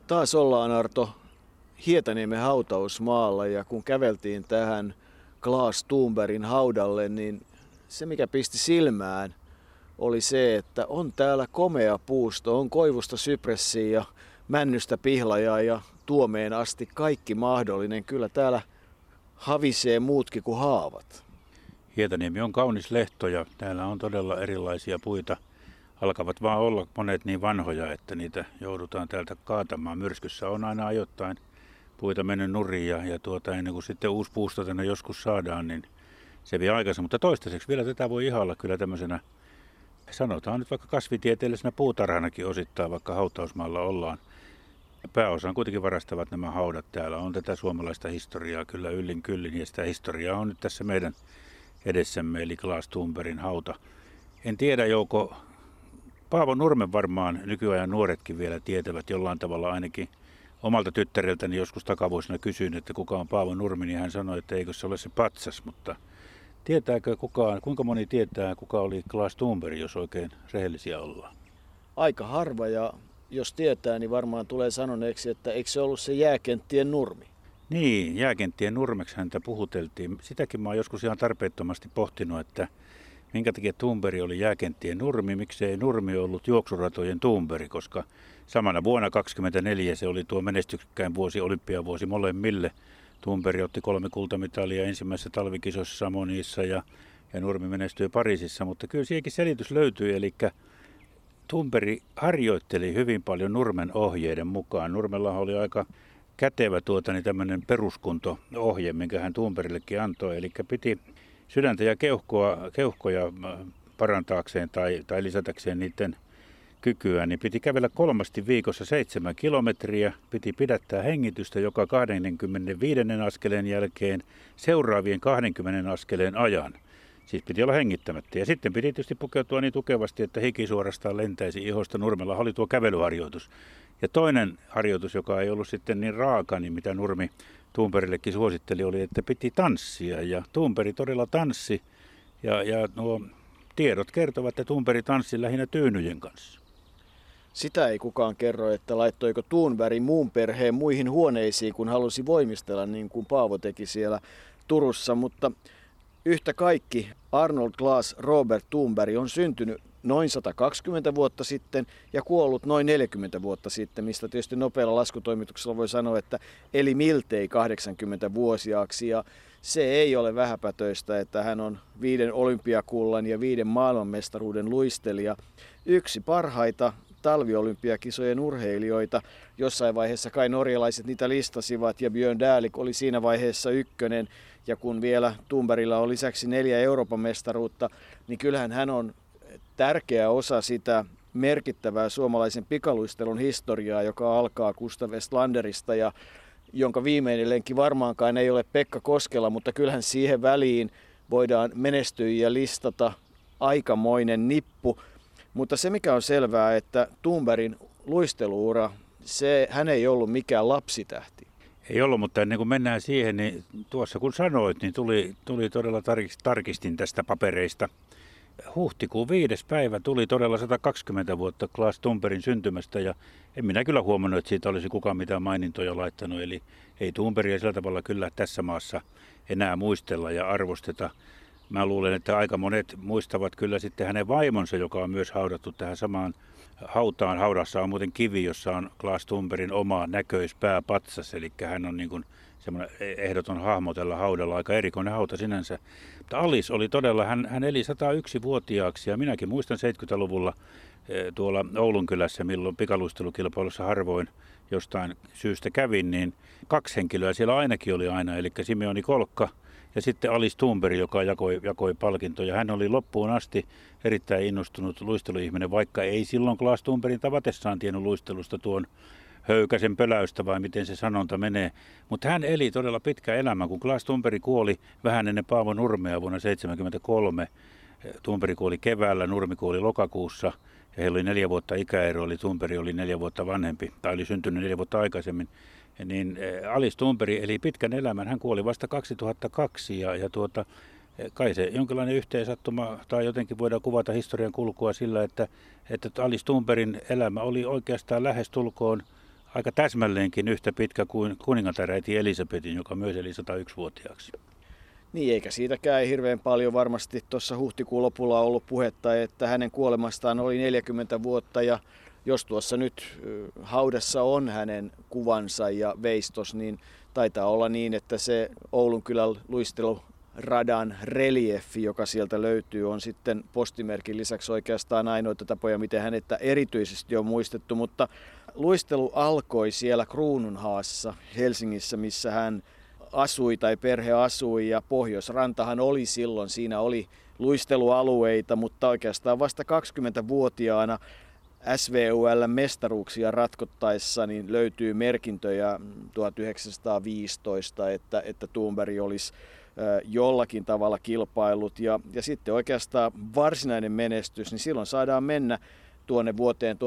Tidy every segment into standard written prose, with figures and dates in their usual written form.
Taas ollaan, Arto, Hietaniemen hautausmaalla, ja kun käveltiin tähän Claes Thunbergin haudalle, niin se mikä pisti silmään oli se, että on täällä komea puusto, on koivusta sypressiä ja männystä pihlajaa ja tuomeen asti kaikki mahdollinen. Kyllä täällä havisee muutkin kuin haavat. Hietaniemi on kaunis lehto ja täällä on todella erilaisia puita. Alkavat vaan olla monet niin vanhoja, että niitä joudutaan täältä kaatamaan. Myrskyssä on aina ajoittain puita mennyt nurin ja ennen kuin sitten uusi puusto tänne joskus saadaan, niin se vie aikansa. Mutta toistaiseksi vielä tätä voi ihailla kyllä tämmöisenä, sanotaan nyt vaikka kasvitieteellisenä puutarhanakin osittain, vaikka hautausmaalla ollaan. Pääosaan kuitenkin varastavat nämä haudat. Täällä on tätä suomalaista historiaa kyllä yllin kyllin ja sitä historiaa on nyt tässä meidän edessämme, eli Claes Thunbergin hauta. En tiedä, Jouko, Paavo Nurmen varmaan nykyajan nuoretkin vielä tietävät jollain tavalla ainakin. Omalta tyttäreltäni joskus takavuosina kysyin, että kuka on Paavo Nurmi, niin hän sanoi, että eikö se ole se patsas, mutta tietääkö kukaan, kuinka moni tietää, kuka oli Claes Thunberg, jos oikein rehellisiä ollaan? Aika harva, ja jos tietää, niin varmaan tulee sanoneeksi, että eikö se ollut se jääkenttien Nurmi? Niin, jääkenttien Nurmeksi häntä puhuteltiin. Sitäkin mä oon joskus ihan tarpeettomasti pohtinut, että minkä takia Thunberg oli jääkenttien Nurmi, miksei Nurmi ollut juoksuratojen Thunberg, koska samana vuonna 1924 se oli tuo menestyksekkäin vuosi, olympiavuosi molemmille. Thunberg otti 3 kultamitalia ensimmäisessä talvikisoissa Chamonixissa ja Nurmi menestyi Pariisissa, mutta kyllä siihenkin selitys löytyi, eli Thunberg harjoitteli hyvin paljon Nurmen ohjeiden mukaan. Nurmella oli aika kätevä tämmöinen peruskunto-ohje, minkä hän Thunbergillekin antoi, eli piti sydäntä ja keuhkoja parantaakseen tai lisätäkseen niiden kykyä, niin piti kävellä 3 viikossa 7 kilometriä, piti pidättää hengitystä joka 25 askeleen jälkeen seuraavien 20 askeleen ajan. Siis piti olla hengittämättä. Ja sitten piti tietysti pukeutua niin tukevasti, että hiki suorastaan lentäisi ihosta. Nurmella oli tuo kävelyharjoitus. Ja toinen harjoitus, joka ei ollut sitten niin raaka, niin mitä Nurmi Thunbergillekin suositteli, oli, että piti tanssia. Ja Thunberg todella tanssi. Ja nuo tiedot kertovat, että Thunberg tanssi lähinnä tyynyjen kanssa. Sitä ei kukaan kerro, että laittoiko Thunberg muun perheen muihin huoneisiin, kun halusi voimistella niin kuin Paavo teki siellä Turussa, mutta yhtä kaikki Arnold Claes Robert Thunberg on syntynyt noin 120 vuotta sitten ja kuollut noin 40 vuotta sitten, mistä tietysti nopealla laskutoimituksella voi sanoa, että eli miltei 80-vuotiaaksi. Ja se ei ole vähäpätöistä, että hän on 5 olympiakullan ja 5 maailmanmestaruuden luistelija. Yksi parhaita talviolympiakisojen urheilijoita. Jossain vaiheessa kai norjalaiset niitä listasivat ja Björn Dählik oli siinä vaiheessa ykkönen. Ja kun vielä Thunbergilla on lisäksi 4 Euroopan mestaruutta, niin kyllähän hän on tärkeä osa sitä merkittävää suomalaisen pikaluistelun historiaa, joka alkaa Gustav Westlanderista ja jonka viimeinen lenkki varmaankaan ei ole Pekka Koskela, mutta kyllähän siihen väliin voidaan menestyjiä listata aikamoinen nippu. Mutta se mikä on selvää, että Thunbergin luisteluura, hän ei ollut mikään lapsitähti. Ei ollut, mutta ennen kuin mennään siihen, niin tuossa kun sanoit, niin tuli todella tarkistin tästä papereista. Huhtikuun 5. päivä tuli todella 120 vuotta Claes Thunbergin syntymästä ja en minä kyllä huomannut, että siitä olisi kukaan mitään mainintoja laittanut. Eli ei Thunbergia sillä tavalla kyllä tässä maassa enää muistella ja arvosteta. Mä luulen, että aika monet muistavat kyllä sitten hänen vaimonsa, joka on myös haudattu tähän samaan hautaan. Haudassa on muuten kivi, jossa on Claes Thunbergin oma näköispääpatsas, eli hän on niin kuin semmoinen ehdoton hahmo tällä haudalla, aika erikoinen hauta sinänsä. Mutta Alice oli todella, hän eli 101-vuotiaaksi ja minäkin muistan 70-luvulla tuolla Oulun kylässä, milloin pikaluistelukilpailussa harvoin jostain syystä kävin, niin 2 henkilöä siellä ainakin oli aina, eli Simeoni Kolkka ja sitten Alice Thunberg, joka jakoi palkintoja. Hän oli loppuun asti erittäin innostunut luisteluihminen, vaikka ei silloin Claes Thunbergin tavatessaan tiennyt luistelusta tuon höykäsen pöläystä vai miten se sanonta menee. Mutta hän eli todella pitkä elämä, kun Claes Thunberg kuoli vähän ennen Paavo Nurmea vuonna 1973. Thunberg kuoli keväällä, Nurmi kuoli lokakuussa ja heillä oli 4 vuotta ikäero, eli Thunberg oli 4 vuotta vanhempi tai oli syntynyt 4 vuotta aikaisemmin. Niin Alice Thunberg eli pitkän elämän, hän kuoli vasta 2002 ja kai se jonkinlainen yhteensattuma tai jotenkin voidaan kuvata historian kulkua sillä, että Alice Thunbergin elämä oli oikeastaan lähestulkoon aika täsmälleenkin yhtä pitkä kuin kuningatar äiti Elisabetin, joka myös eli 101-vuotiaaksi. Niin, eikä siitäkään ei hirveän paljon varmasti tuossa huhtikuun lopulla ollut puhetta, että hänen kuolemastaan oli 40 vuotta ja jos tuossa nyt haudassa on hänen kuvansa ja veistos, niin taitaa olla niin, että se Oulun kylän luisteluradan reliefi, joka sieltä löytyy, on sitten postimerkin lisäksi oikeastaan ainoita tapoja, miten hänettä erityisesti on muistettu, mutta luistelu alkoi siellä Kruununhaassa Helsingissä, missä hän asui tai perhe asui ja Pohjoisrantahan oli silloin, siinä oli luistelualueita, mutta oikeastaan vasta 20-vuotiaana SVUL-mestaruuksia ratkottaessa niin löytyy merkintöjä 1915, että Thunberg olisi jollakin tavalla kilpailut ja sitten oikeastaan varsinainen menestys, niin silloin saadaan mennä tuonne vuoteen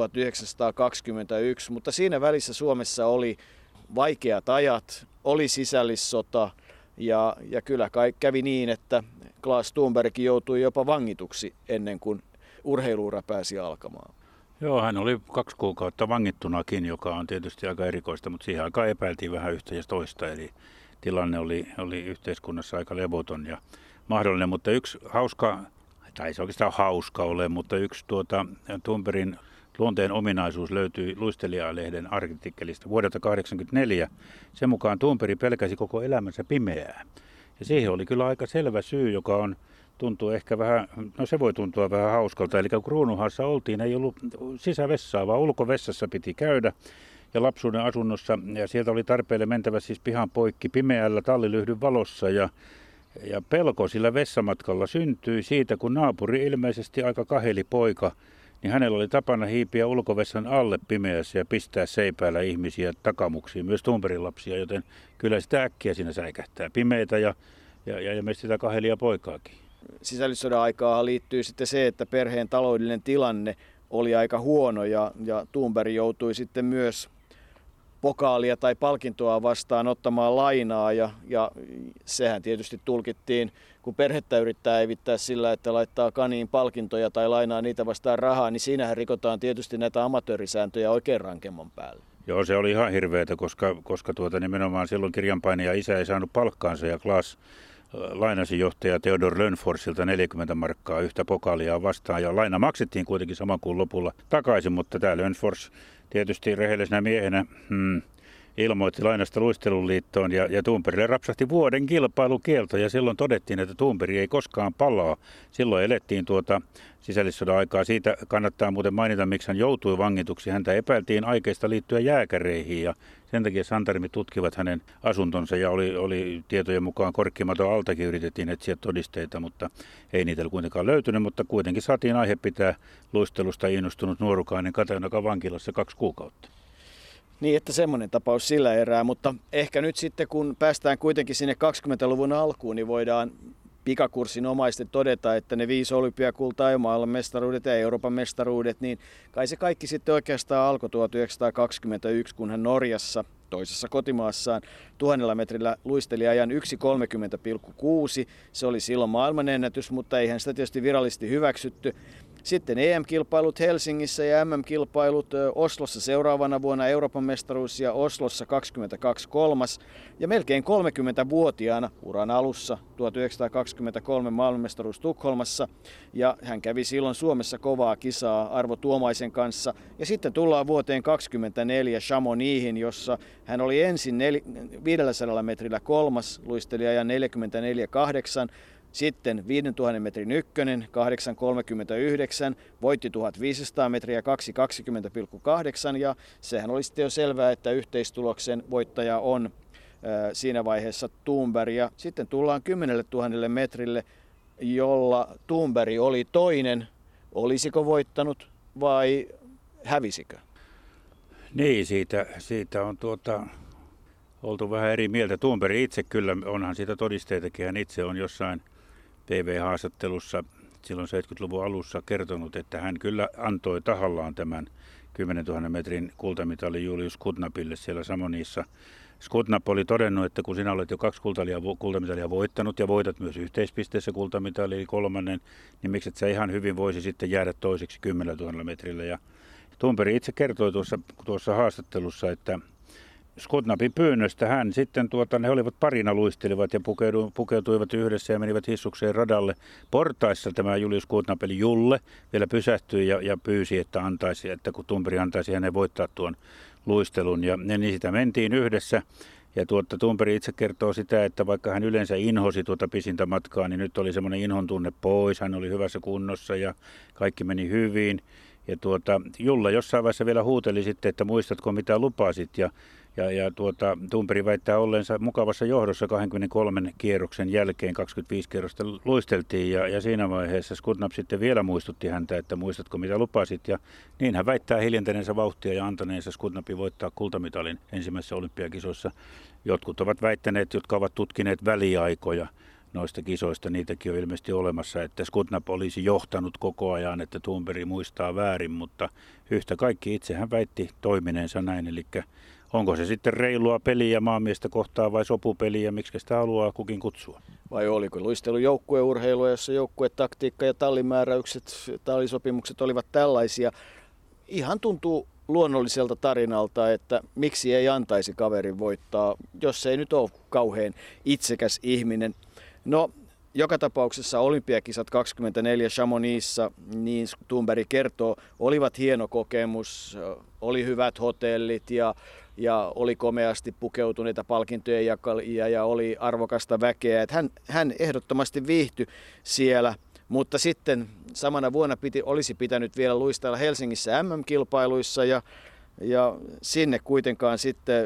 1921, mutta siinä välissä Suomessa oli vaikeat ajat, oli sisällissota ja kyllä kävi niin, että Claes Thunberg joutui jopa vangituksi ennen kuin urheiluura pääsi alkamaan. Joo, hän oli 2 kuukautta vangittunakin, joka on tietysti aika erikoista, mutta siihen aikaan epäiltiin vähän yhtä ja toista, eli tilanne oli yhteiskunnassa aika levoton ja mahdollinen, mutta yksi hauska, tai se oikeastaan hauska ole, mutta yksi Thunbergin luonteen ominaisuus löytyy Luistelija-lehden artikkelista vuodelta 1984. Sen mukaan Thunberg pelkäsi koko elämänsä pimeää. Ja siihen oli kyllä aika selvä syy, joka tuntuu ehkä vähän, no se voi tuntua vähän hauskalta. Eli kun Kruununhaassa oltiin, ei ollut sisävessaa, vaan ulkovessassa piti käydä. Ja lapsuuden asunnossa, ja sieltä oli tarpeelle mentävä siis pihan poikki pimeällä tallilyhdyn valossa. Ja pelko sillä vessamatkalla syntyi siitä, kun naapuri ilmeisesti aika kaheli poika, niin hänellä oli tapana hiipiä ulkovessan alle pimeässä ja pistää seipäällä ihmisiä takamuksiin, myös Thunbergin lapsia, joten kyllä sitä äkkiä siinä säikähtää. Pimeitä ja meistä sitä kahelia poikaakin. Sisällissodan aikaan liittyy sitten se, että perheen taloudellinen tilanne oli aika huono ja Thunberg joutui sitten myös pokaalia tai palkintoa vastaan ottamaan lainaa ja sehän tietysti tulkittiin, kun perhettä yrittää evittää sillä, että laittaa kaniin palkintoja tai lainaa niitä vastaan rahaa, niin siinähän rikotaan tietysti näitä amatöörisääntöjä oikein rankemman päälle. Joo, se oli ihan hirveätä, koska nimenomaan silloin kirjanpainaja isä ei saanut palkkaansa ja Claes lainasi johtaja Theodor Lönnforsilta 40 markkaa yhtä pokaalia vastaan ja laina maksettiin kuitenkin saman kuun lopulla takaisin, mutta tämä Lönnfors tietysti rehellisenä miehenä ilmoitti lainasta luisteluliittoon ja Thunbergille rapsahti vuoden kilpailukielto ja silloin todettiin, että Thunberg ei koskaan palaa. Silloin elettiin sisällissodan aikaa. Siitä kannattaa muuten mainita, miksi hän joutui vangituksi. Häntä epäiltiin aikeista liittyä jääkäreihin ja sen takia santarmit tutkivat hänen asuntonsa ja oli tietojen mukaan korkkimaton altakin yritettiin etsiä todisteita, mutta ei niitä kuitenkaan löytynyt, mutta kuitenkin saatiin aihe pitää luistelusta innostunut nuorukainen Katajanokan vankilassa 2 kuukautta. Niin, että semmoinen tapaus sillä erää, mutta ehkä nyt sitten kun päästään kuitenkin sinne 20-luvun alkuun, niin voidaan pikakurssin omaisesti todeta, että ne 5 olympiakultaa ja maailmanmestaruudet ja Euroopan mestaruudet, niin kai se kaikki sitten oikeastaan alkoi 1921, kun hän Norjassa, toisessa kotimaassaan, 1000 metrillä luisteli ajan 1.30,6. Se oli silloin maailmanennätys, mutta eihän sitä tietysti virallisesti hyväksytty. Sitten EM-kilpailut Helsingissä ja MM-kilpailut Oslossa seuraavana vuonna, Euroopan mestaruus ja Oslossa 22 kolmas. Ja melkein 30-vuotiaana uran alussa 1923 maailmanmestaruus Tukholmassa. Ja hän kävi silloin Suomessa kovaa kisaa Arvo Tuomaisen kanssa. Ja sitten tullaan vuoteen 1924 Chamonixin, jossa hän oli ensin 500 metrillä kolmas, luisteli ajan 44,8. Sitten 5000 metrin ykkönen, 8.39, voitti 1500 metriä 2.20,8 ja sehän oli sitten jo selvää, että yhteistuloksen voittaja on siinä vaiheessa Thunberg. Ja sitten tullaan 10 000 metrille, jolla Thunberg oli toinen. Olisiko voittanut vai hävisikö? Niin, siitä on oltu vähän eri mieltä. Thunberg itse kyllä, onhan siitä todisteitakin, hän itse on jossain TV-haastattelussa silloin 70-luvun alussa kertonut, että hän kyllä antoi tahallaan tämän 10 000 metrin kultamitalin Julius Skutnapille siellä Chamonixissa. Skutnap oli todennut, että kun sinä olet jo 2 kultamitalia voittanut ja voitat myös yhteispisteessä kultamitali 3, niin miksi et sä ihan hyvin voisi sitten jäädä toiseksi 10 000 metrillä. Ja Thunberg itse kertoi tuossa haastattelussa, että Skutnapin pyynnöstä hän sitten, ne olivat parina luistelivat ja pukeutuivat yhdessä ja menivät hissukseen radalle. Portaissa tämä Julius Skutnap eli Julle vielä pysähtyi ja pyysi, että kun Thunberg antaisi hänen voittaa tuon luistelun. Ja niin sitä mentiin yhdessä. Ja Thunberg itse kertoo sitä, että vaikka hän yleensä inhosi tuota pisintä matkaa, niin nyt oli semmoinen inhon tunne pois. Hän oli hyvässä kunnossa ja kaikki meni hyvin. Ja Julle jossain vaiheessa vielä huuteli sitten, että muistatko mitä lupasit. Ja Thunberg väittää olleensa mukavassa johdossa 23 kierroksen jälkeen, 25 kierrosta luisteltiin ja siinä vaiheessa Skutnap sitten vielä muistutti häntä, että muistatko mitä lupasit. Ja niin hän väittää hiljentäneensä vauhtia ja antaneensa Skutnapin voittaa kultamitalin ensimmäisissä olympiakisoissa. Jotkut ovat väittäneet, jotka ovat tutkineet väliaikoja noista kisoista, niitäkin on ilmeisesti olemassa, että Skutnap olisi johtanut koko ajan, että Thunberg muistaa väärin, mutta yhtä kaikki itse hän väitti toimineensa näin, eli onko se sitten reilua peliä maamiestä kohtaan vai sopupeliä, miksi sitä haluaa kukin kutsua? Vai oliko luistelu joukkueurheilua, jossa joukkuetaktiikka ja tallimääräykset, tallisopimukset olivat tällaisia? Ihan tuntuu luonnolliselta tarinalta, että miksi ei antaisi kaverin voittaa, jos ei nyt ole kauhean itsekäs ihminen. No, joka tapauksessa olympiakisat 24 Chamonixissa, niin Thunberg kertoo, olivat hieno kokemus, oli hyvät hotellit ja oli komeasti pukeutuneita palkintojen jakajia ja oli arvokasta väkeä. Että hän ehdottomasti viihtyi siellä, mutta sitten samana vuonna olisi pitänyt vielä luistella Helsingissä MM-kilpailuissa ja sinne kuitenkaan sitten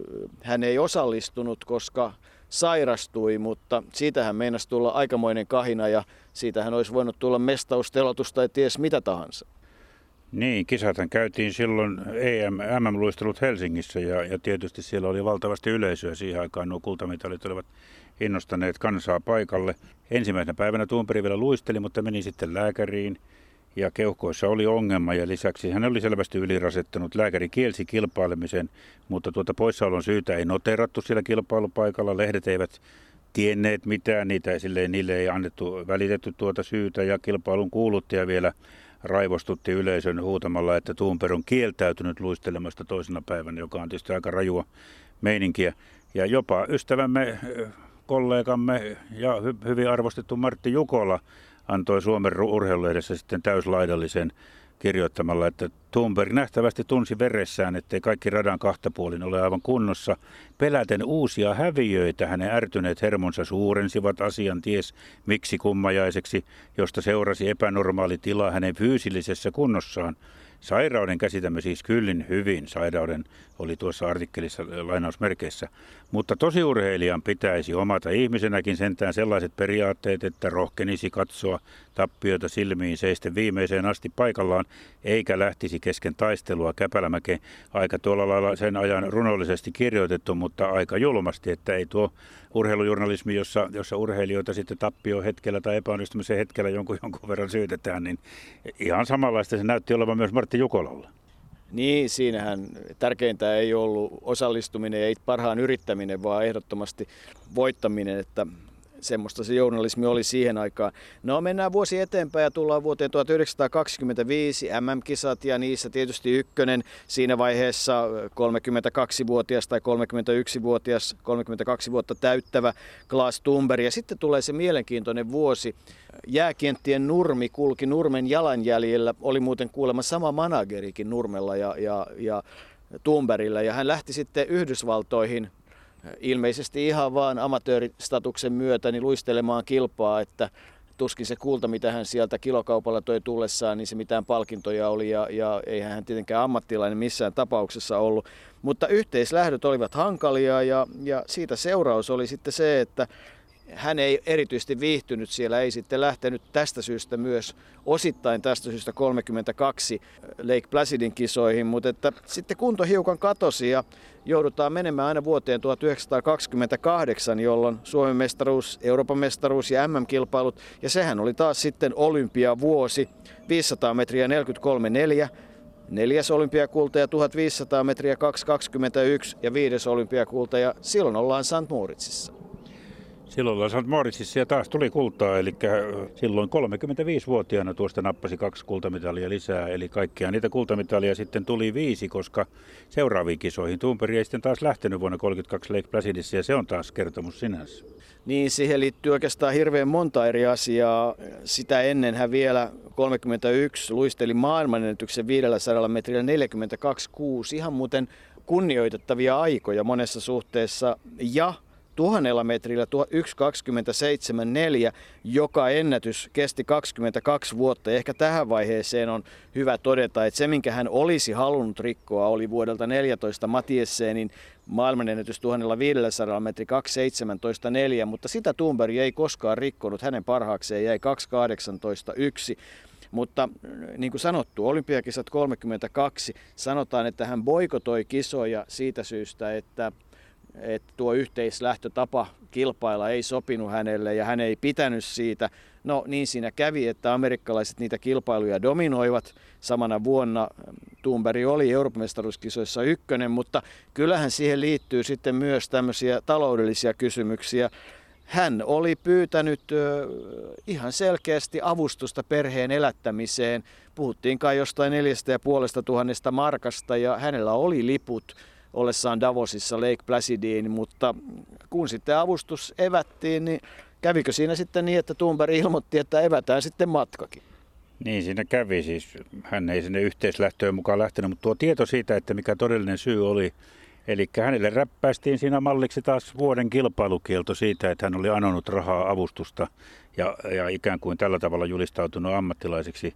hän ei osallistunut, koska sairastui, mutta siitähän meinasi tulla aikamoinen kahina ja siitähän olisi voinut tulla mestaus, telotus tai ties mitä tahansa. Niin, kisathan käytiin silloin MM-luistelut Helsingissä ja tietysti siellä oli valtavasti yleisöä siihen aikaan. Nuo kultamitalit olivat innostaneet kansaa paikalle. Ensimmäisenä päivänä Thunberg vielä luisteli, mutta meni sitten lääkäriin ja keuhkoissa oli ongelma ja lisäksi hän oli selvästi ylirasettanut. Lääkäri kielsi kilpailemisen, mutta poissaolon syytä ei noteerattu siellä kilpailupaikalla. Lehdet eivät tienneet mitään, niille ei välitetty tuota syytä ja kilpailun kuuluttaja vielä raivostutti yleisön huutamalla, että Thunberg on kieltäytynyt luistelemasta toisena päivänä, joka on tietysti aika rajua meininkiä. Ja jopa ystävämme, kollegamme ja hyvin arvostettu Martti Jukola antoi Suomen urheilulehdessä sitten täyslaidallisen kirjoittamalla, että Thunberg nähtävästi tunsi veressään, ettei kaikki radan kahtapuolin ole aivan kunnossa. Peläten uusia häviöitä hänen ärtyneet hermonsa suurensivat asian ties miksi kummajaiseksi, josta seurasi epänormaali tila hänen fyysillisessä kunnossaan. Sairauden käsitämme siis kyllin hyvin, sairauden oli tuossa artikkelissa lainausmerkeissä, mutta tosiurheilijan pitäisi omata ihmisenäkin sentään sellaiset periaatteet, että rohkenisi katsoa tappioita silmiin seisten viimeiseen asti paikallaan, eikä lähtisi kesken taistelua käpälämäkeen. Aika tuolla lailla sen ajan runollisesti kirjoitettu, mutta aika julmasti, että ei tuo urheilujournalismi, jossa urheilijoita sitten tappio hetkellä tai epäonnistumisen hetkellä jonkun verran syytetään, niin ihan samanlaista se näytti olevan myös Martti Jukolalla. Niin, siinähän tärkeintä ei ollut osallistuminen, ei parhaan yrittäminen, vaan ehdottomasti voittaminen, että semmoista se journalismi oli siihen aikaan. No, mennään vuosi eteenpäin ja tullaan vuoteen 1925, MM-kisat ja niissä tietysti ykkönen siinä vaiheessa 32-vuotias tai 31-vuotias, 32 vuotta täyttävä Klaas Thunberg. Ja sitten tulee se mielenkiintoinen vuosi. Jääkenttien nurmi kulki Nurmen jalanjäljellä, oli muuten kuulemma sama managerikin Nurmella ja Thunbergillä. Ja hän lähti sitten Yhdysvaltoihin ilmeisesti ihan vaan amatööristatuksen myötä niin luistelemaan kilpaa, että tuskin se kulta, mitä hän sieltä kilokaupalla toi tullessaan, niin se mitään palkintoja oli ja eihän hän tietenkään ammattilainen missään tapauksessa ollut. Mutta yhteislähdöt olivat hankalia ja siitä seuraus oli sitten se, että hän ei erityisesti viihtynyt siellä, ei sitten lähtenyt tästä syystä myös osittain tästä syystä 32 Lake Placidin kisoihin, mutta että sitten kunto hiukan katosi ja joudutaan menemään aina vuoteen 1928, jolloin Suomen mestaruus, Euroopan mestaruus ja MM-kilpailut, ja sehän oli taas sitten olympiavuosi, 500 metriä 43,4, 4. olympiakulta ja 1500 metriä 2,21 ja 5. olympiakulta ja silloin ollaan St. Moritzissa. Silloin St. Moritzissa ja taas tuli kultaa, eli silloin 35-vuotiaana tuosta nappasi 2 kultamitalia lisää, eli kaikkiaan niitä kultamitalia sitten tuli 5, koska seuraaviin kisoihin Thunberg ei sitten taas lähtenyt vuonna 1932 Lake Placidissa, ja se on taas kertomus sinänsä. Niin, siihen liittyy oikeastaan hirveän monta eri asiaa. Sitä ennen hän vielä 31 luisteli maailmanennätyksen 500 metrillä 42.6, ihan muuten kunnioitettavia aikoja monessa suhteessa, ja 1000 metrillä 1.27.4, joka ennätys kesti 22 vuotta. Ja ehkä tähän vaiheeseen on hyvä todeta, että se minkä hän olisi halunnut rikkoa oli vuodelta 14 Mathiessenin maailmanennätys 1500 metri 2.17.4, mutta sitä Thunberg ei koskaan rikkonut. Hänen parhaakseen jäi 2.18.1. Mutta niin kuin sanottu, olympiakisat 32, sanotaan, että hän boikotoi kisoja siitä syystä, että tuo yhteislähtötapa kilpailla ei sopinut hänelle ja hän ei pitänyt siitä. No niin siinä kävi, että amerikkalaiset niitä kilpailuja dominoivat. Samana vuonna Thunberg oli Euroopan mestaruuskisoissa 1, mutta kyllähän siihen liittyy sitten myös tämmöisiä taloudellisia kysymyksiä. Hän oli pyytänyt ihan selkeästi avustusta perheen elättämiseen. Puhuttiin kai jostain 4,500 markasta ja hänellä oli liput ollessaan Davosissa Lake Placidiin, mutta kun sitten avustus evättiin, niin kävikö siinä sitten niin, että Thunberg ilmoitti, että evätään sitten matkakin? Niin siinä kävi siis. Hän ei sinne yhteislähtöön mukaan lähtenyt, mutta tuo tieto siitä, että mikä todellinen syy oli, eli hänelle räppäistiin siinä malliksi taas vuoden kilpailukielto siitä, että hän oli anonut rahaa avustusta ja ikään kuin tällä tavalla julistautunut ammattilaiseksi.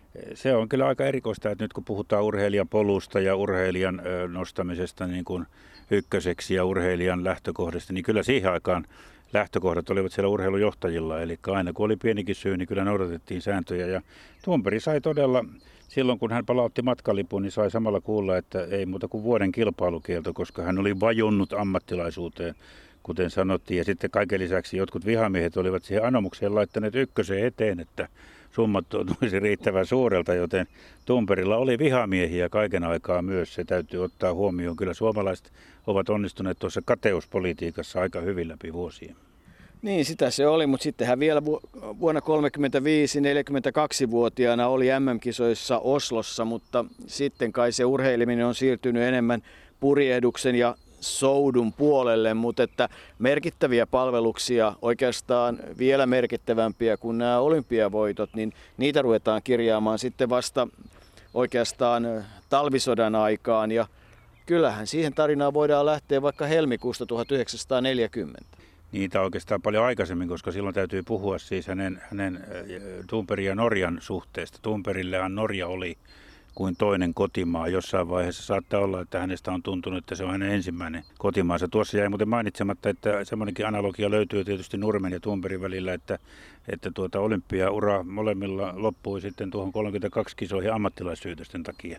Se on kyllä aika erikoista, että nyt kun puhutaan urheilijan polusta ja urheilijan nostamisesta niin kuin ykköseksi ja urheilijan lähtökohdasta, niin kyllä siihen aikaan lähtökohdat olivat siellä urheilujohtajilla. Eli aina kun oli pienikin syy, niin kyllä noudatettiin sääntöjä. Ja Thunberg sai todella, silloin kun hän palautti matkalipun, niin sai samalla kuulla, että ei muuta kuin vuoden kilpailukielto, koska hän oli vajunnut ammattilaisuuteen, kuten sanottiin. Ja sitten kaiken lisäksi jotkut vihamiehet olivat siihen anomukseen laittaneet ykkösen eteen, että summat tulisi riittävän suurelta, joten Thunbergilla oli vihamiehiä kaiken aikaa myös. Se täytyy ottaa huomioon. Kyllä suomalaiset ovat onnistuneet tuossa kateuspolitiikassa aika hyvin läpi vuosien. Niin, sitä se oli, mutta sitten hän vielä vuonna 1935 42-vuotiaana oli MM-kisoissa Oslossa, mutta sitten kai se urheileminen on siirtynyt enemmän purjehduksen ja soudun puolelle, mutta että merkittäviä palveluksia, oikeastaan vielä merkittävämpiä kuin nämä olympiavoitot, niin niitä ruvetaan kirjaamaan sitten vasta oikeastaan talvisodan aikaan, ja kyllähän siihen tarinaan voidaan lähteä vaikka helmikuusta 1940. Niitä oikeastaan paljon aikaisemmin, koska silloin täytyy puhua siis hänen Thunbergin ja Norjan suhteesta. Thunbergillehan Norja oli kuin toinen kotimaa. Jossain vaiheessa saattaa olla, että hänestä on tuntunut, että se on hänen ensimmäinen kotimaansa. Tuossa jäi muuten mainitsematta, että semmoinenkin analogia löytyy tietysti Nurmen ja Thunbergin välillä, että olympiaura molemmilla loppui sitten tuohon 32 kisoihin ammattilaissyytösten takia.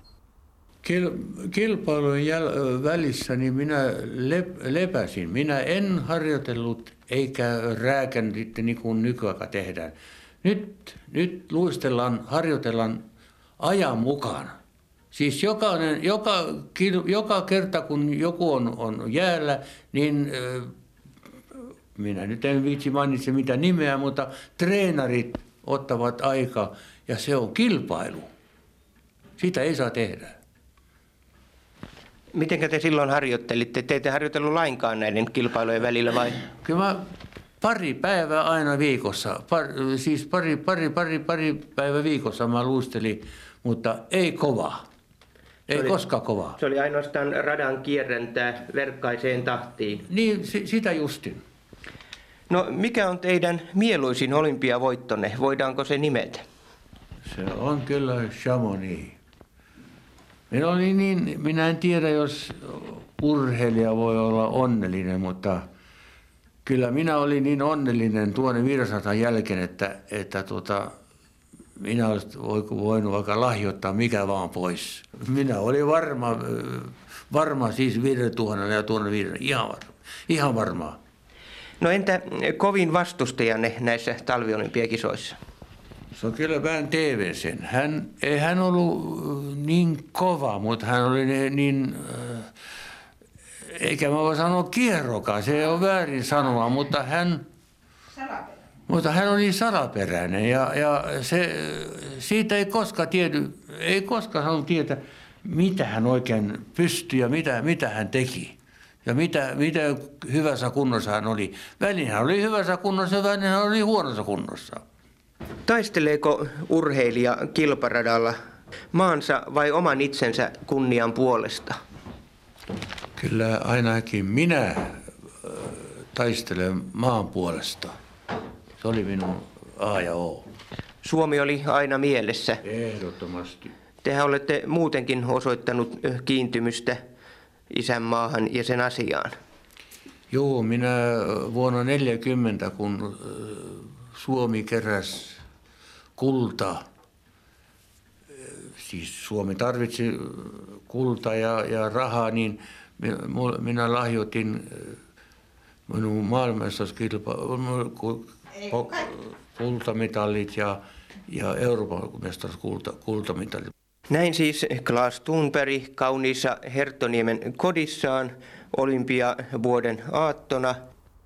Kilpailujen välissä niin minä lepäsin. Minä en harjoitellut eikä rääkännyt sitten niin kuin nykyaika tehdään. Nyt harjoitellaan ajan mukaan. Siis joka kerta kun joku on jäällä, niin minä nyt en viitsi mainitse mitä nimeä, mutta treenarit ottavat aikaa ja se on kilpailu. Sitä ei saa tehdä. Mitenkä te silloin harjoittelitte? Te ette harjoitellut lainkaan näiden kilpailujen välillä vai? Kyllä mä pari päivää aina viikossa. Pari päivää viikossa mä luistelin, mutta ei kovaa. Ei koskaan kovaa. Se oli ainoastaan radan kierräntää verkkaiseen tahtiin. Niin, sitä justin. No mikä on teidän mieluisin olympiavoittonne? Voidaanko se nimetä? Se on kyllä Chamonix. Minä en tiedä, jos urheilija voi olla onnellinen, mutta kyllä minä olin niin onnellinen 1500 jälkeen, että minä olisin voinut vaikka lahjoittaa mikä vaan pois. Minä olin varma siis 5000 ja 1500, ihan varmaa. No entä kovin vastustajanne näissä talviolympiakisoissa? Se on kyllä vähän TV:n. Ei hän ollut niin kova, mutta hän oli niin, eikä mä voi sanoa kierrokaan, se on väärin sanoa, mutta hän oli salaperäinen ja siitä ei koskaan saanut tietää, mitä hän oikein pystyi ja mitä hän teki. Ja mitä hyvässä kunnossa hän oli. Välin hän oli hyvässä kunnossa ja välin hän oli huonossa kunnossa. Taisteleeko urheilija kilparadalla maansa vai oman itsensä kunnian puolesta? Kyllä ainakin minä taistelen maan puolesta. Se oli minun A ja O. Suomi oli aina mielessä. Ehdottomasti. Tehän olette muutenkin osoittanut kiintymystä isänmaahan ja sen asiaan. Joo, minä vuonna 1940, kun Suomi keräsi kultaa, siis Suomi tarvitsi kultaa ja rahaa, niin minä lahjoitin minun kultamitalit ja Euroopan mestaruuskultamitalit. Näin siis Klas Thunberg kauniissa Herttoniemen kodissaan olympiavuoden aattona.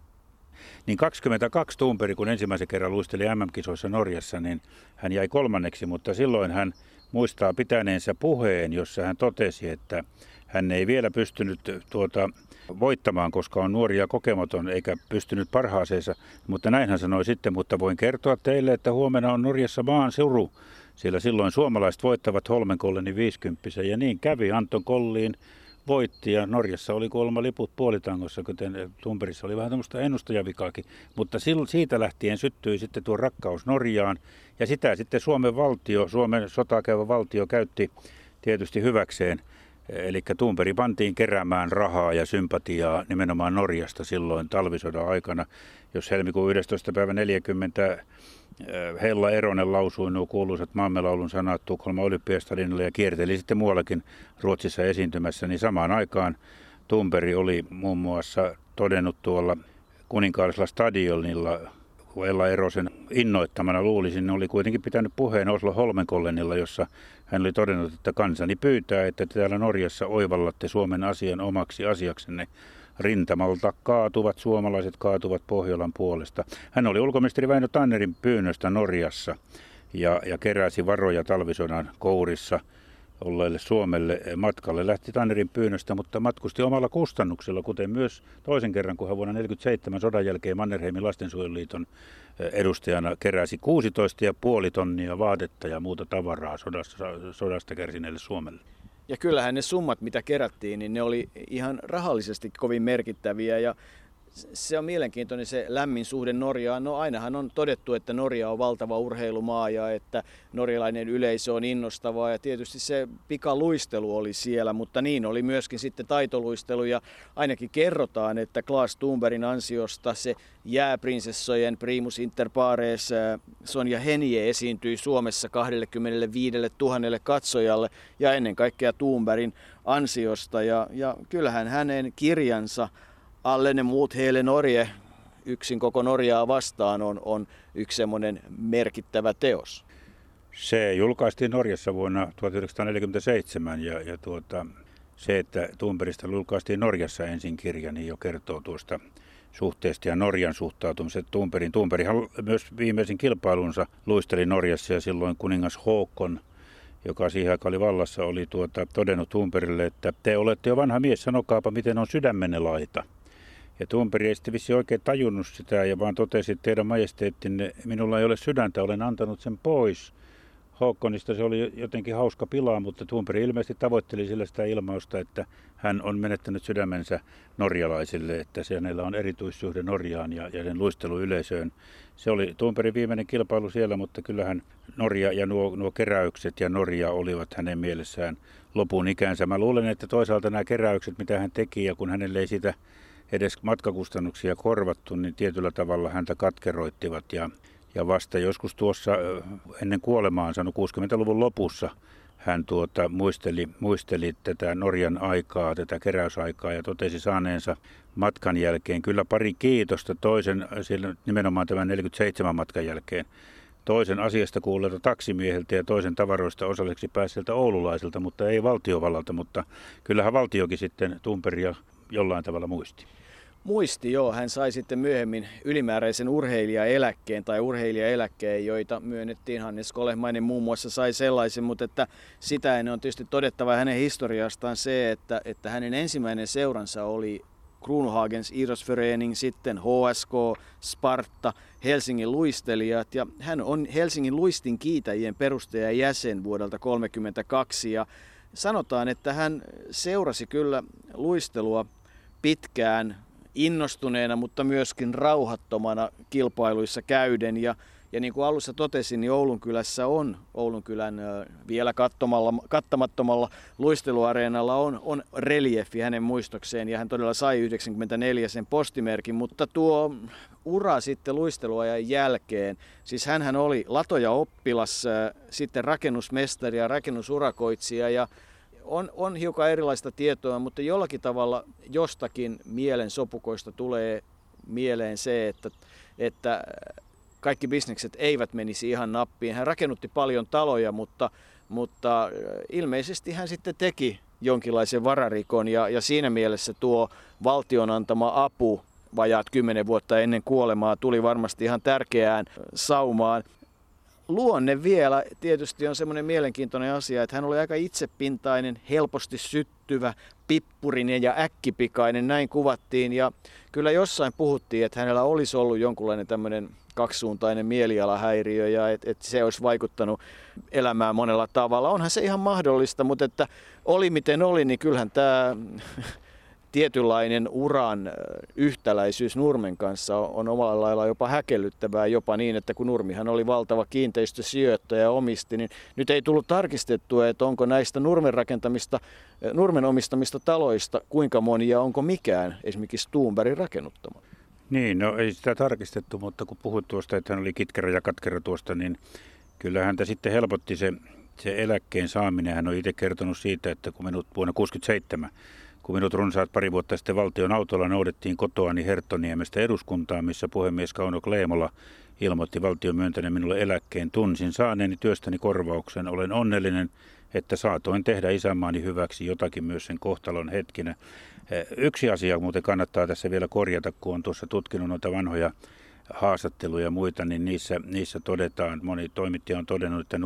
Niin 22 Thunberg, kun ensimmäisen kerran luisteli MM-kisoissa Norjassa, niin hän jäi kolmanneksi, mutta silloin hän muistaa pitäneensä puheen, jossa hän totesi, että hän ei vielä pystynyt voittamaan, koska on nuori ja kokematon eikä pystynyt parhaaseensa, mutta näin hän sanoi sitten, mutta voin kertoa teille, että huomenna on Norjassa maan suru, sillä silloin suomalaiset voittavat Holmenkollenin 50 ja niin kävi. Anton Kolliin voitti ja Norjassa oli kuulemma liput puolitangossa, kuten Thunbergissa oli vähän tämmöistä ennustajavikaakin, mutta siitä lähtien syttyi sitten tuo rakkaus Norjaan ja sitä sitten Suomen sotaa käyvä valtio käytti tietysti hyväkseen. Eli Thunberg pantiin keräämään rahaa ja sympatiaa nimenomaan Norjasta silloin talvisodan aikana. Jos helmikuun 11. päivä 40 Hella Eronen lausui nuo kuuluisat maammelaulun sanat Tukholman Olympiastadionilla ja kierteli sitten muuallakin Ruotsissa esiintymässä, niin samaan aikaan Thunberg oli muun muassa todennut tuolla Kuninkaallisella stadionilla, kun Ella Erosen innoittamana luulisin, oli kuitenkin pitänyt puheen Oslo Holmenkollenilla, jossa hän oli todennut, että kansani pyytää, että te täällä Norjassa oivallatte Suomen asian omaksi asiaksenne. Rintamalta suomalaiset kaatuvat Pohjolan puolesta. Hän oli ulkoministeri Väinö Tannerin pyynnöstä Norjassa ja keräsi varoja talvisodan kourissa olleelle Suomelle matkalle. Lähti Tannerin pyynnöstä, mutta matkusti omalla kustannuksella, kuten myös toisen kerran, kun hän vuonna 1947 sodan jälkeen Mannerheimin lastensuojeluliiton edustajana keräsi 16,5 tonnia vaatetta ja muuta tavaraa sodasta kärsineelle Suomelle. Ja kyllähän ne summat, mitä kerättiin, niin ne oli ihan rahallisesti kovin merkittäviä ja se on mielenkiintoinen se lämmin suhde Norjaan. No ainahan on todettu, että Norja on valtava urheilumaa ja että norjalainen yleisö on innostavaa ja tietysti se pikaluistelu oli siellä, mutta niin oli myöskin sitten taitoluistelu ja ainakin kerrotaan, että Klas Thunbergin ansiosta se jääprinsessojen primus inter pares Sonja Henje esiintyi Suomessa 25 000 katsojalle ja ennen kaikkea Thunbergin ansiosta ja kyllähän hänen kirjansa Alle ne muut hele Norge, yksin koko Norjaa vastaan on yksi semmoinen merkittävä teos. Se julkaistiin Norjassa vuonna 1947 ja se, että Thunbergista julkaistiin Norjassa ensin kirja, niin jo kertoo tuosta suhteesta ja Norjan suhtautumisesta Thunbergin. Thunberghan myös viimeisin kilpailunsa luisteli Norjassa ja silloin kuningas Håkon, joka siihen aikaan oli vallassa, oli todennut Thunbergille, että te olette jo vanha mies, sanokaapa miten on sydämenne laita. Ja Thunberg ei sitten vissi oikein tajunnut sitä ja vaan totesi, että teidän majesteettinne, minulla ei ole sydäntä, olen antanut sen pois. Håkonista se oli jotenkin hauska pilaa, mutta Thunberg ilmeisesti tavoitteli sillä sitä ilmausta, että hän on menettänyt sydämensä norjalaisille, että hänellä on erityissuhde Norjaan ja sen luisteluyleisöön. Se oli Thunbergin viimeinen kilpailu siellä, mutta kyllähän Norja ja nuo keräykset ja Norja olivat hänen mielessään lopun ikänsä. Mä luulen, että toisaalta nämä keräykset, mitä hän teki ja kun hänelle ei sitä edes matkakustannuksia korvattu, niin tietyllä tavalla häntä katkeroittivat ja vasta joskus tuossa ennen kuolemaansa, 60-luvun lopussa, hän muisteli tätä Norjan aikaa, tätä keräysaikaa ja totesi saaneensa matkan jälkeen kyllä pari kiitosta nimenomaan tämän 47 matkan jälkeen. Toisen asiasta kuulleelta taksimieheltä ja toisen tavaroista osalliseksi päässeeltä oululaiselta, mutta ei valtiovallalta, mutta kyllähän valtiokin sitten Thunbergia jollain tavalla muisti. Muisti, joo. Hän sai sitten myöhemmin ylimääräisen urheilijaeläkkeen tai urheilijaeläkkeen, joita myönnettiin. Hannes Kolehmainen muun muassa sai sellaisen, mutta että sitä ennen on tietysti todettava hänen historiastaan se, että hänen ensimmäinen seuransa oli Kruunuhagens Idrottsförening, sitten HSK, Sparta, Helsingin luistelijat, ja hän on Helsingin luistin kiitäjien perustajajäsen vuodelta 1932, ja sanotaan, että hän seurasi kyllä luistelua pitkään innostuneena, mutta myöskin rauhattomana kilpailuissa käyden. Ja niin kuin alussa totesin, niin Oulunkylässä on, Oulunkylän vielä kattamattomalla luisteluareenalla on reliefi hänen muistokseen, ja hän todella sai 94 sen postimerkin, mutta tuo ura sitten luisteluajan jälkeen, siis hänhän oli latoja-oppilas, sitten rakennusmestari ja rakennusurakoitsija, ja on hiukan erilaista tietoa, mutta jollakin tavalla jostakin mielen sopukoista tulee mieleen se, että kaikki bisnekset eivät menisi ihan nappiin. Hän rakennutti paljon taloja, mutta ilmeisesti hän sitten teki jonkinlaisen vararikon, ja siinä mielessä tuo valtion antama apu vajaat 10 vuotta ennen kuolemaa tuli varmasti ihan tärkeään saumaan. Luonne vielä tietysti on semmoinen mielenkiintoinen asia, että hän oli aika itsepintainen, helposti syttyvä, pippurinen ja äkkipikainen, näin kuvattiin. Ja kyllä jossain puhuttiin, että hänellä olisi ollut jonkunlainen tämmöinen kaksisuuntainen mielialahäiriö ja että se olisi vaikuttanut elämään monella tavalla. Onhan se ihan mahdollista, mutta että oli miten oli, niin kyllähän tämä tietynlainen uran yhtäläisyys Nurmen kanssa on omalla lailla jopa häkellyttävää, jopa niin, että kun Nurmihan oli valtava kiinteistösijoittaja ja omisti, niin nyt ei tullut tarkistettua, että onko näistä Nurmen omistamista taloista kuinka monia, onko mikään esimerkiksi Thunbergin rakennuttama. Niin, no ei sitä tarkistettu, mutta kun puhut tuosta, että hän oli kitkera ja katkera tuosta, niin kyllä häntä sitten helpotti se eläkkeen saaminen. Hän on itse kertonut siitä, että kun minut vuonna 1967, kun minut runsaat pari vuotta sitten valtion autolla noudettiin kotoani Herttoniemestä eduskuntaan, missä puhemies Kauno Kleemola ilmoitti valtion myöntäneen minulle eläkkeen, tunsin saaneeni työstäni korvauksen. Olen onnellinen, että saatoin tehdä isänmaani hyväksi jotakin myös sen kohtalon hetkinä. Yksi asia muuten kannattaa tässä vielä korjata, kun on tuossa tutkinut noita vanhoja haastatteluja ja muita, niin niissä todetaan, moni toimittaja on todennut, että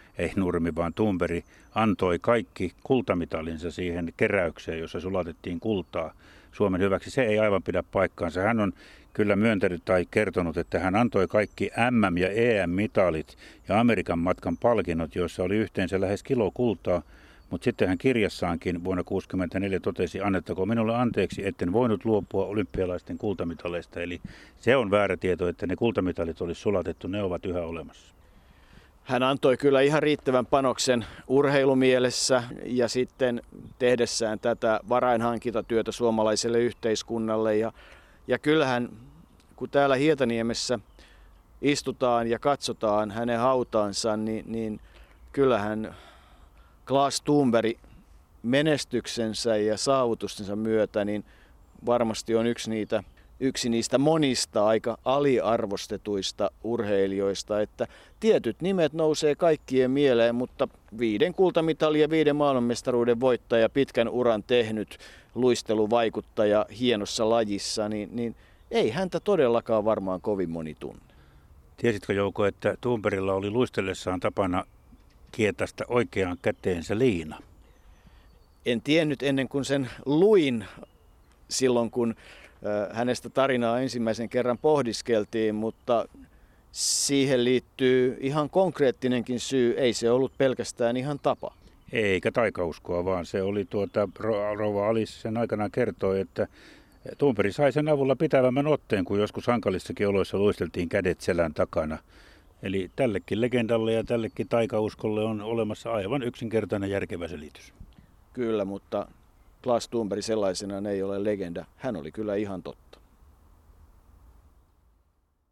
Thunberg antoi kaikki kultamitalinsa siihen keräykseen, jossa sulatettiin kultaa Suomen hyväksi. Se ei aivan pidä paikkaansa. Hän on kyllä myöntänyt tai kertonut, että hän antoi kaikki MM- ja EM-mitalit ja Amerikan matkan palkinnot, joissa oli yhteensä lähes kilo kultaa. Mutta sitten hän kirjassaankin vuonna 1964 totesi, annettako minulle anteeksi, etten voinut luopua olympialaisten kultamitaleista. Eli se on väärä tieto, että ne kultamitalit olisi sulatettu, ne ovat yhä olemassa. Hän antoi kyllä ihan riittävän panoksen urheilumielessä ja sitten tehdessään tätä varainhankintatyötä suomalaiselle yhteiskunnalle. Ja kyllähän, kun täällä Hietaniemessä istutaan ja katsotaan hänen hautaansa, niin kyllähän Claes Thunberg menestyksensä ja saavutustensa myötä niin varmasti on yksi niistä monista aika aliarvostetuista urheilijoista, että tietyt nimet nousee kaikkien mieleen, mutta 5 kultamitalin ja 5 maailmanmestaruuden voittaja, pitkän uran tehnyt luisteluvaikuttaja hienossa lajissa, niin ei häntä todellakaan varmaan kovin moni tunne. Tiesitkö, Jouko, että Thunbergilla oli luistellessaan tapana kietasta oikeaan käteensä liina? En tiennyt ennen kuin sen luin silloin, kun hänestä tarinaa ensimmäisen kerran pohdiskeltiin, mutta siihen liittyy ihan konkreettinenkin syy. Ei se ollut pelkästään ihan tapa. Eikä taikauskoa, vaan se oli rouva Alice sen aikana kertoi, että Thunberg sai sen avulla pitävämmän otteen, kun joskus hankalissakin oloissa luisteltiin kädet selän takana. Eli tällekin legendalle ja tällekin taikauskolle on olemassa aivan yksinkertainen järkevä selitys. Kyllä, mutta Claes Thunberg sellaisenaan ei ole legenda. Hän oli kyllä ihan totta.